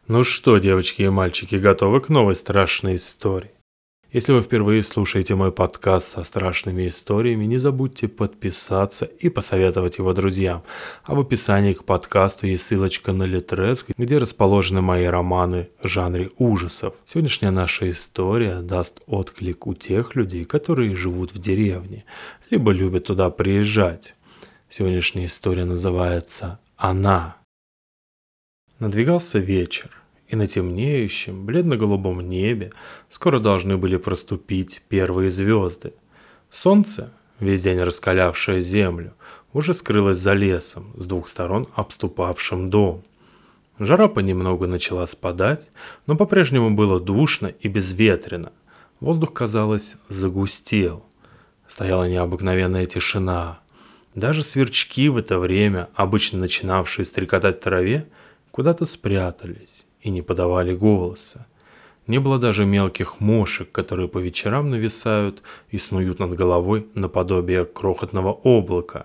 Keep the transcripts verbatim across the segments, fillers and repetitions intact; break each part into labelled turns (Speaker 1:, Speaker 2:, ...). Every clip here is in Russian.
Speaker 1: Ну что, девочки и мальчики, готовы к новой страшной истории? Если вы впервые слушаете мой подкаст со страшными историями, не забудьте подписаться и посоветовать его друзьям. А в описании к подкасту есть ссылочка на Литрес, где расположены мои романы в жанре ужасов. Сегодняшняя наша история даст отклик у тех людей, которые живут в деревне, либо любят туда приезжать. Сегодняшняя история называется «Она». Надвигался вечер, и на темнеющем, бледно-голубом небе скоро должны были проступить первые звезды. Солнце, весь день раскалявшее землю, уже скрылось за лесом, с двух сторон обступавшим дом. Жара понемногу начала спадать, но по-прежнему было душно и безветренно. Воздух, казалось, загустел. Стояла необыкновенная тишина. Даже сверчки в это время, обычно начинавшие стрекотать в траве, куда-то спрятались и не подавали голоса. Не было даже мелких мошек, которые по вечерам нависают и снуют над головой наподобие крохотного облака.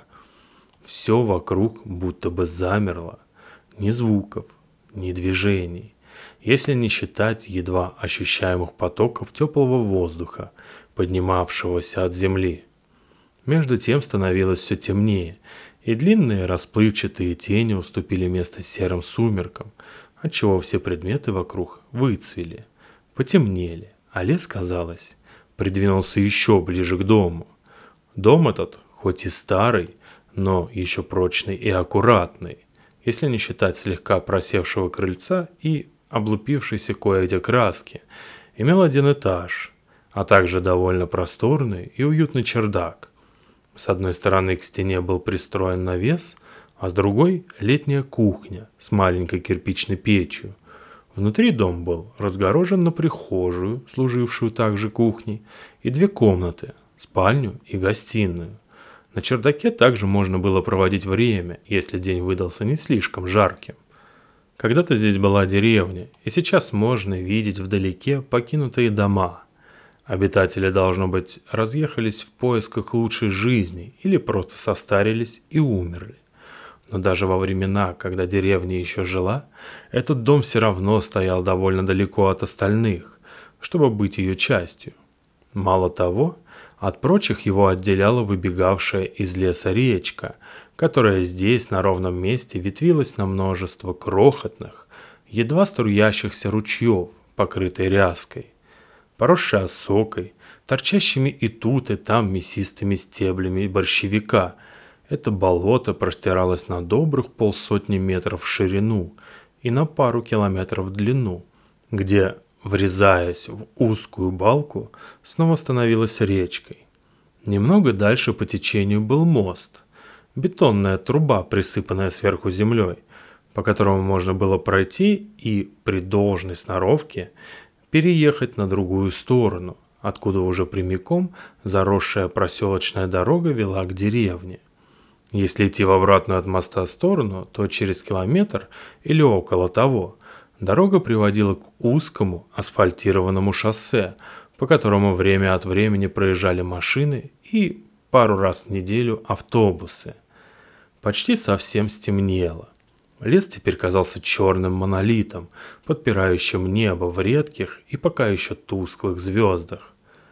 Speaker 1: Все вокруг будто бы замерло. Ни звуков, ни движений, если не считать едва ощущаемых потоков теплого воздуха, поднимавшегося от земли. Между тем становилось все темнее, и длинные расплывчатые тени уступили место серым сумеркам, отчего все предметы вокруг выцвели, потемнели, а лес, казалось, придвинулся еще ближе к дому. Дом этот, хоть и старый, но еще прочный и аккуратный, если не считать слегка просевшего крыльца и облупившейся кое-где краски, имел один этаж, а также довольно просторный и уютный чердак. С одной стороны к стене был пристроен навес, а с другой – летняя кухня с маленькой кирпичной печью. Внутри дом был разгорожен на прихожую, служившую также кухней, и две комнаты – спальню и гостиную. На чердаке также можно было проводить время, если день выдался не слишком жарким. Когда-то здесь была деревня, и сейчас можно видеть вдалеке покинутые дома. Обитатели, должно быть, разъехались в поисках лучшей жизни или просто состарились и умерли. Но даже во времена, когда деревня еще жила, этот дом все равно стоял довольно далеко от остальных, чтобы быть ее частью. Мало того, от прочих его отделяла выбегавшая из леса речка, которая здесь на ровном месте ветвилась на множество крохотных, едва струящихся ручьев, покрытой ряской. Поросшая осокой, торчащими и тут, и там мясистыми стеблями борщевика, это болото простиралось на добрых полсотни метров в ширину и на пару километров в длину, где, врезаясь в узкую балку, снова становилась речкой. Немного дальше по течению был мост, бетонная труба, присыпанная сверху землей, по которому можно было пройти и при должной сноровке переехать на другую сторону, откуда уже прямиком заросшая проселочная дорога вела к деревне. Если идти в обратную от моста сторону, то через километр или около того дорога приводила к узкому асфальтированному шоссе, по которому время от времени проезжали машины и пару раз в неделю автобусы. Почти совсем стемнело. Лес теперь казался черным монолитом, подпирающим небо в редких и пока еще тусклых звездах.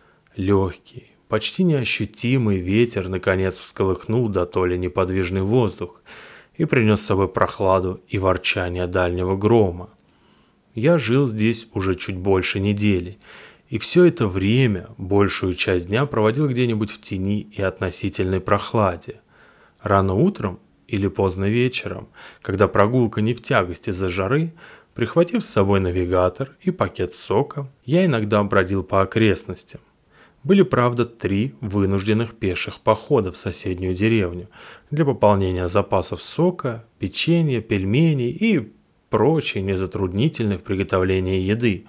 Speaker 1: Легкий, почти неощутимый ветер наконец всколыхнул дотоле неподвижный воздух и принес с собой прохладу и ворчание дальнего грома. Я жил здесь уже чуть больше недели, и все это время, большую часть дня проводил где-нибудь в тени и относительной прохладе. Рано утром или поздно вечером, когда прогулка не в тягость из-за жары, прихватив с собой навигатор и пакет сока, я иногда бродил по окрестностям. Были, правда, три вынужденных пеших похода в соседнюю деревню для пополнения запасов сока, печенья, пельменей и прочей незатруднительной в приготовлении еды.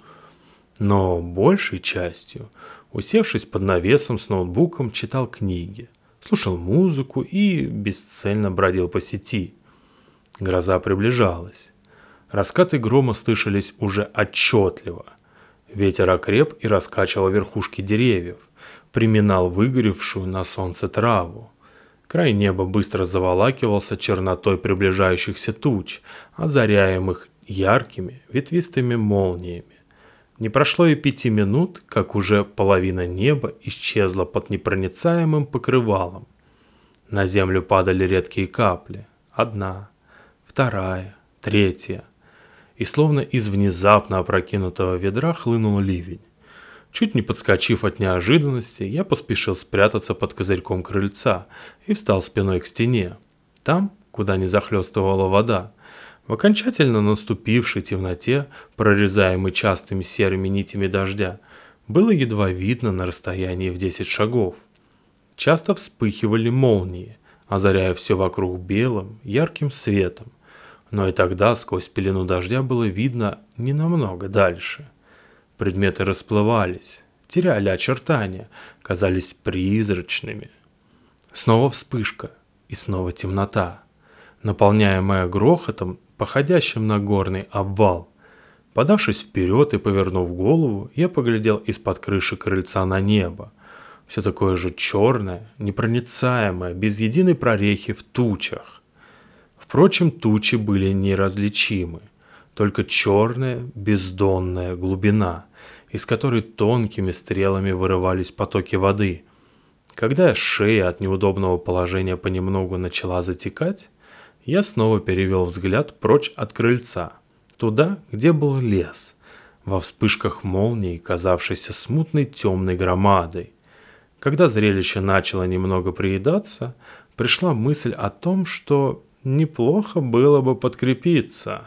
Speaker 1: Но большей частью, усевшись под навесом с ноутбуком, читал книги, слушал музыку и бесцельно бродил по сети. Гроза приближалась. Раскаты грома слышались уже отчетливо. Ветер окреп и раскачивал верхушки деревьев, приминал выгоревшую на солнце траву. Край неба быстро заволакивался чернотой приближающихся туч, озаряемых яркими ветвистыми молниями. Не прошло и пяти минут, как уже половина неба исчезла под непроницаемым покрывалом. На землю падали редкие капли. Одна, вторая, третья. И словно из внезапно опрокинутого ведра хлынул ливень. Чуть не подскочив от неожиданности, я поспешил спрятаться под козырьком крыльца и встал спиной к стене. Там, куда не захлестывала вода, в окончательно наступившей темноте, прорезаемой частыми серыми нитями дождя, было едва видно на расстоянии в десять шагов. Часто вспыхивали молнии, озаряя все вокруг белым, ярким светом, но и тогда сквозь пелену дождя было видно не намного дальше. Предметы расплывались, теряли очертания, казались призрачными. Снова вспышка и снова темнота, наполняемая грохотом, походящим на горный обвал. Подавшись вперед и повернув голову, я поглядел из-под крыши крыльца на небо. Все такое же черное, непроницаемое, без единой прорехи в тучах. Впрочем, тучи были неразличимы, только черная бездонная глубина, из которой тонкими стрелами вырывались потоки воды. Когда шея от неудобного положения понемногу начала затекать, я снова перевел взгляд прочь от крыльца, туда, где был лес, во вспышках молний, казавшейся смутной темной громадой. Когда зрелище начало немного приедаться, пришла мысль о том, что неплохо было бы подкрепиться.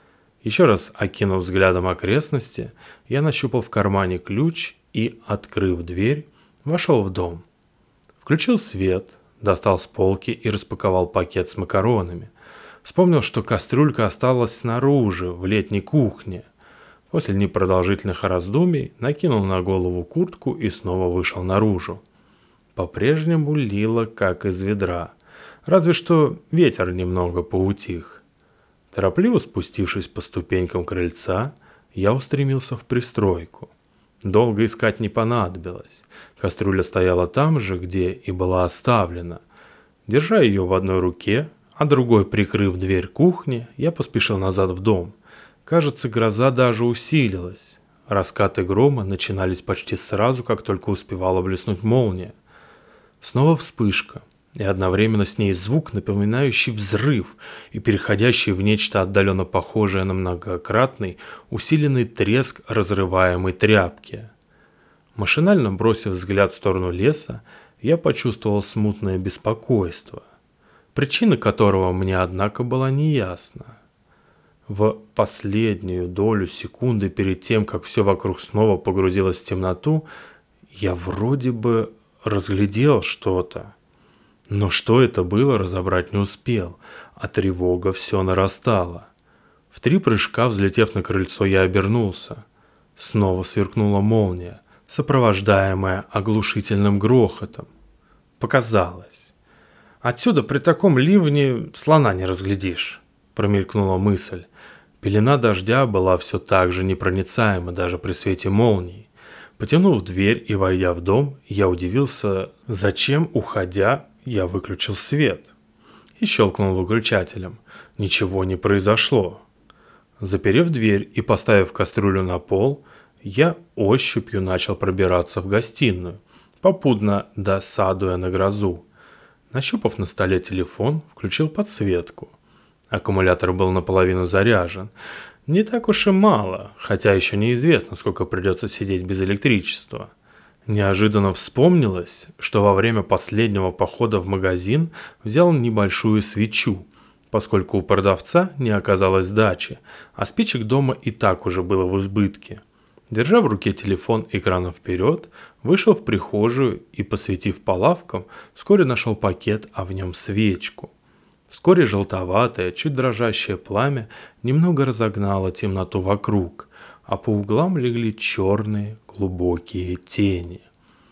Speaker 1: Еще раз окинув взглядом окрестности, я нащупал в кармане ключ и, открыв дверь, вошел в дом. Включил свет, достал с полки и распаковал пакет с макаронами. Вспомнил, что кастрюлька осталась снаружи, в летней кухне. После непродолжительных раздумий накинул на голову куртку и снова вышел наружу. По-прежнему лило, как из ведра, разве что ветер немного поутих. Торопливо спустившись по ступенькам крыльца, я устремился в пристройку. Долго искать не понадобилось. Кастрюля стояла там же, где и была оставлена. Держа ее в одной руке, а другой прикрыв дверь кухни, я поспешил назад в дом. Кажется, гроза даже усилилась. Раскаты грома начинались почти сразу, как только успевала блеснуть молния. Снова вспышка, и одновременно с ней звук, напоминающий взрыв и переходящий в нечто отдаленно похожее на многократный, усиленный треск разрываемой тряпки. Машинально бросив взгляд в сторону леса, я почувствовал смутное беспокойство, причина которого мне, однако, была неясна. В последнюю долю секунды перед тем, как все вокруг снова погрузилось в темноту, я вроде бы разглядел что-то. Но что это было, разобрать не успел, а тревога все нарастала. В три прыжка, взлетев на крыльцо, я обернулся. Снова сверкнула молния, сопровождаемая оглушительным грохотом. Показалось. Отсюда при таком ливне слона не разглядишь, промелькнула мысль. Пелена дождя была все так же непроницаема даже при свете молнии. Потянув дверь и войдя в дом, я удивился, зачем, уходя, я выключил свет. И щелкнул выключателем. Ничего не произошло. Заперев дверь и поставив кастрюлю на пол, я ощупью начал пробираться в гостиную, попутно досадуя на грозу. Нащупав на столе телефон, включил подсветку. Аккумулятор был наполовину заряжен. Не так уж и мало, хотя еще неизвестно, сколько придется сидеть без электричества. Неожиданно вспомнилось, что во время последнего похода в магазин взял небольшую свечу, поскольку у продавца не оказалось сдачи, а спичек дома и так уже было в избытке. Держа в руке телефон экраном вперед, вышел в прихожую и, посветив по лавкам, вскоре нашел пакет, а в нем свечку. Вскоре желтоватое, чуть дрожащее пламя немного разогнало темноту вокруг, а по углам легли черные глубокие тени.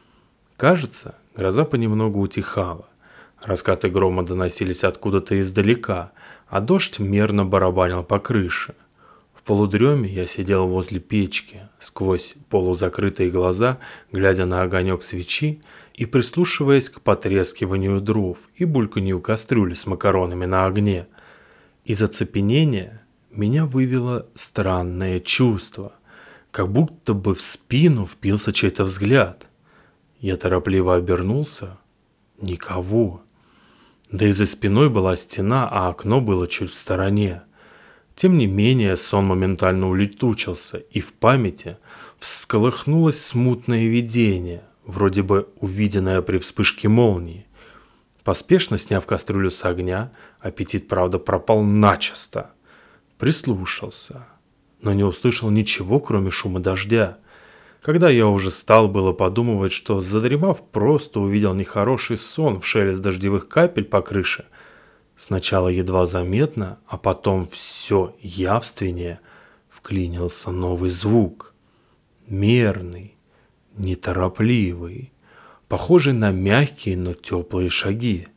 Speaker 1: Кажется, гроза понемногу утихала. Раскаты грома доносились откуда-то издалека, а дождь мерно барабанил по крыше. В полудреме я сидел возле печки, сквозь полузакрытые глаза, глядя на огонек свечи и прислушиваясь к потрескиванию дров и бульканью кастрюли с макаронами на огне. Из оцепенения меня вывело странное чувство, как будто бы в спину впился чей-то взгляд. Я торопливо обернулся. Никого. Да и за спиной была стена, а окно было чуть в стороне. Тем не менее, сон моментально улетучился, и в памяти всколыхнулось смутное видение, вроде бы увиденное при вспышке молнии. Поспешно сняв кастрюлю с огня, аппетит, правда, пропал начисто. Прислушался, но не услышал ничего, кроме шума дождя. Когда я уже стал было подумывать, что, задремав, просто увидел нехороший сон в шелест дождевых капель по крыше, сначала едва заметно, а потом все явственнее вклинился новый звук. Мерный, неторопливый, похожий на мягкие, но теплые шаги.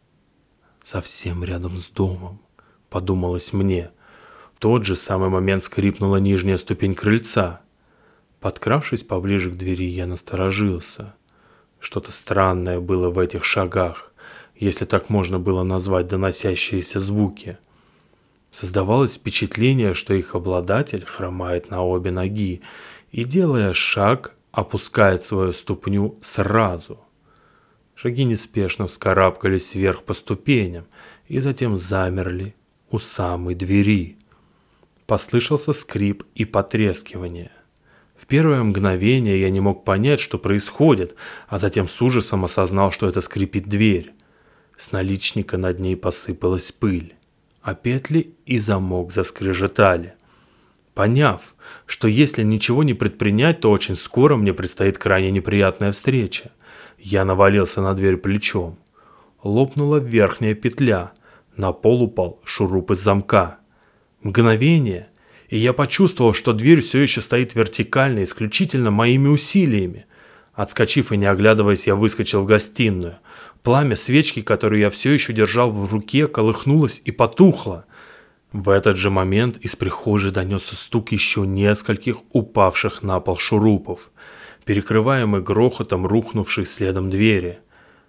Speaker 1: Совсем рядом с домом, подумалось мне. В тот же самый момент скрипнула нижняя ступень крыльца. Подкравшись поближе к двери, я насторожился. Что-то странное было в этих шагах, если так можно было назвать доносящиеся звуки. Создавалось впечатление, что их обладатель хромает на обе ноги и, делая шаг, опускает свою ступню сразу. Шаги неспешно вскарабкались вверх по ступеням и затем замерли у самой двери. Послышался скрип и потрескивание. В первое мгновение я не мог понять, что происходит, а затем с ужасом осознал, что это скрипит дверь. С наличника над ней посыпалась пыль, а петли и замок заскрежетали. Поняв, что если ничего не предпринять, то очень скоро мне предстоит крайне неприятная встреча, я навалился на дверь плечом. Лопнула верхняя петля, на пол упал шуруп из замка. Мгновение, и я почувствовал, что дверь все еще стоит вертикально, исключительно моими усилиями. Отскочив и не оглядываясь, я выскочил в гостиную. Пламя свечки, которую я все еще держал в руке, колыхнулось и потухло. В этот же момент из прихожей донесся стук еще нескольких упавших на пол шурупов, перекрываемый грохотом рухнувшей следом двери.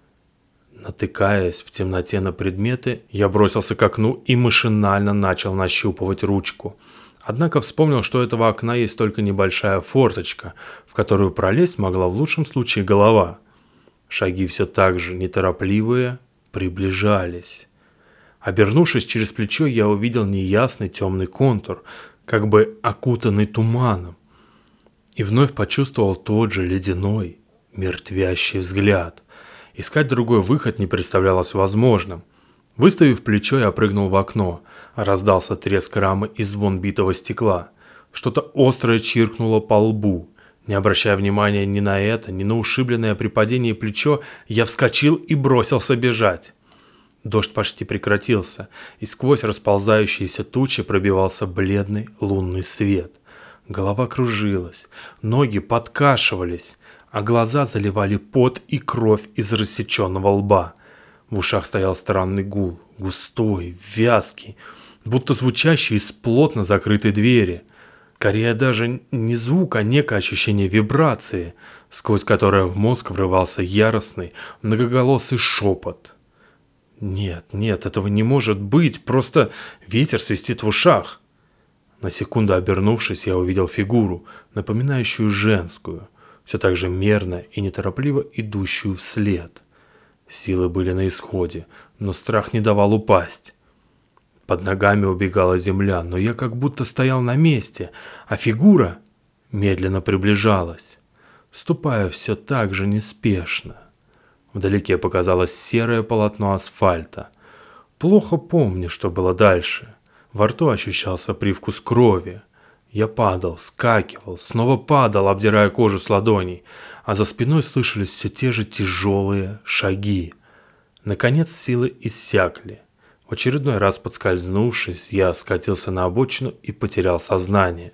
Speaker 1: Натыкаясь в темноте на предметы, я бросился к окну и машинально начал нащупывать ручку. Однако вспомнил, что у этого окна есть только небольшая форточка, в которую пролезть могла в лучшем случае голова. Шаги все так же неторопливые приближались. Обернувшись через плечо, я увидел неясный темный контур, как бы окутанный туманом, и вновь почувствовал тот же ледяной, мертвящий взгляд. Искать другой выход не представлялось возможным. Выставив плечо, я прыгнул в окно. Раздался треск рамы и звон битого стекла. Что-то острое чиркнуло по лбу. Не обращая внимания ни на это, ни на ушибленное при падении плечо, я вскочил и бросился бежать. Дождь почти прекратился, и сквозь расползающиеся тучи пробивался бледный лунный свет. Голова кружилась, ноги подкашивались, а глаза заливали пот и кровь из рассеченного лба. В ушах стоял странный гул, густой, вязкий, будто звучащий из плотно закрытой двери. Скорее даже не звук, а некое ощущение вибрации, сквозь которое в мозг врывался яростный, многоголосый шепот. Нет, нет, этого не может быть, просто ветер свистит в ушах. На секунду обернувшись, я увидел фигуру, напоминающую женскую, все так же мерно и неторопливо идущую вслед. Силы были на исходе, но страх не давал упасть. Под ногами убегала земля, но я как будто стоял на месте, а фигура медленно приближалась, ступая все так же неспешно. Вдалеке показалось серое полотно асфальта. Плохо помню, что было дальше. Во рту ощущался привкус крови. Я падал, скакивал, снова падал, обдирая кожу с ладоней, а за спиной слышались все те же тяжелые шаги. Наконец силы иссякли. В очередной раз подскользнувшись, я скатился на обочину и потерял сознание.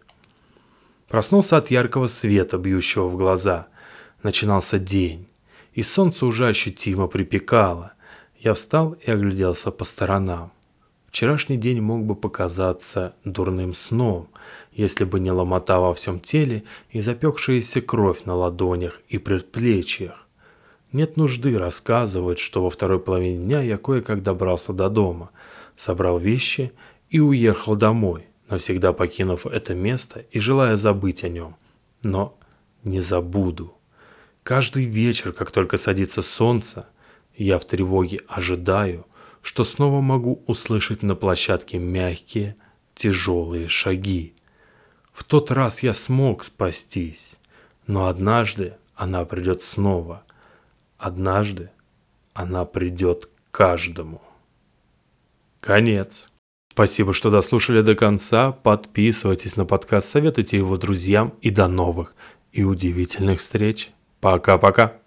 Speaker 1: Проснулся от яркого света, бьющего в глаза. Начинался день, и солнце уже ощутимо припекало. Я встал и огляделся по сторонам. Вчерашний день мог бы показаться дурным сном, если бы не ломота во всем теле и запекшаяся кровь на ладонях и предплечьях. Нет нужды рассказывать, что во второй половине дня я кое-как добрался до дома, собрал вещи и уехал домой, навсегда покинув это место и желая забыть о нем. Но не забуду. Каждый вечер, как только садится солнце, я в тревоге ожидаю, что снова могу услышать на площадке мягкие, тяжелые шаги. В тот раз я смог спастись, но однажды она придет снова. Однажды она придет к каждому. Конец. Спасибо, что дослушали до конца. Подписывайтесь на подкаст, советуйте его друзьям и до новых и удивительных встреч. Пока-пока.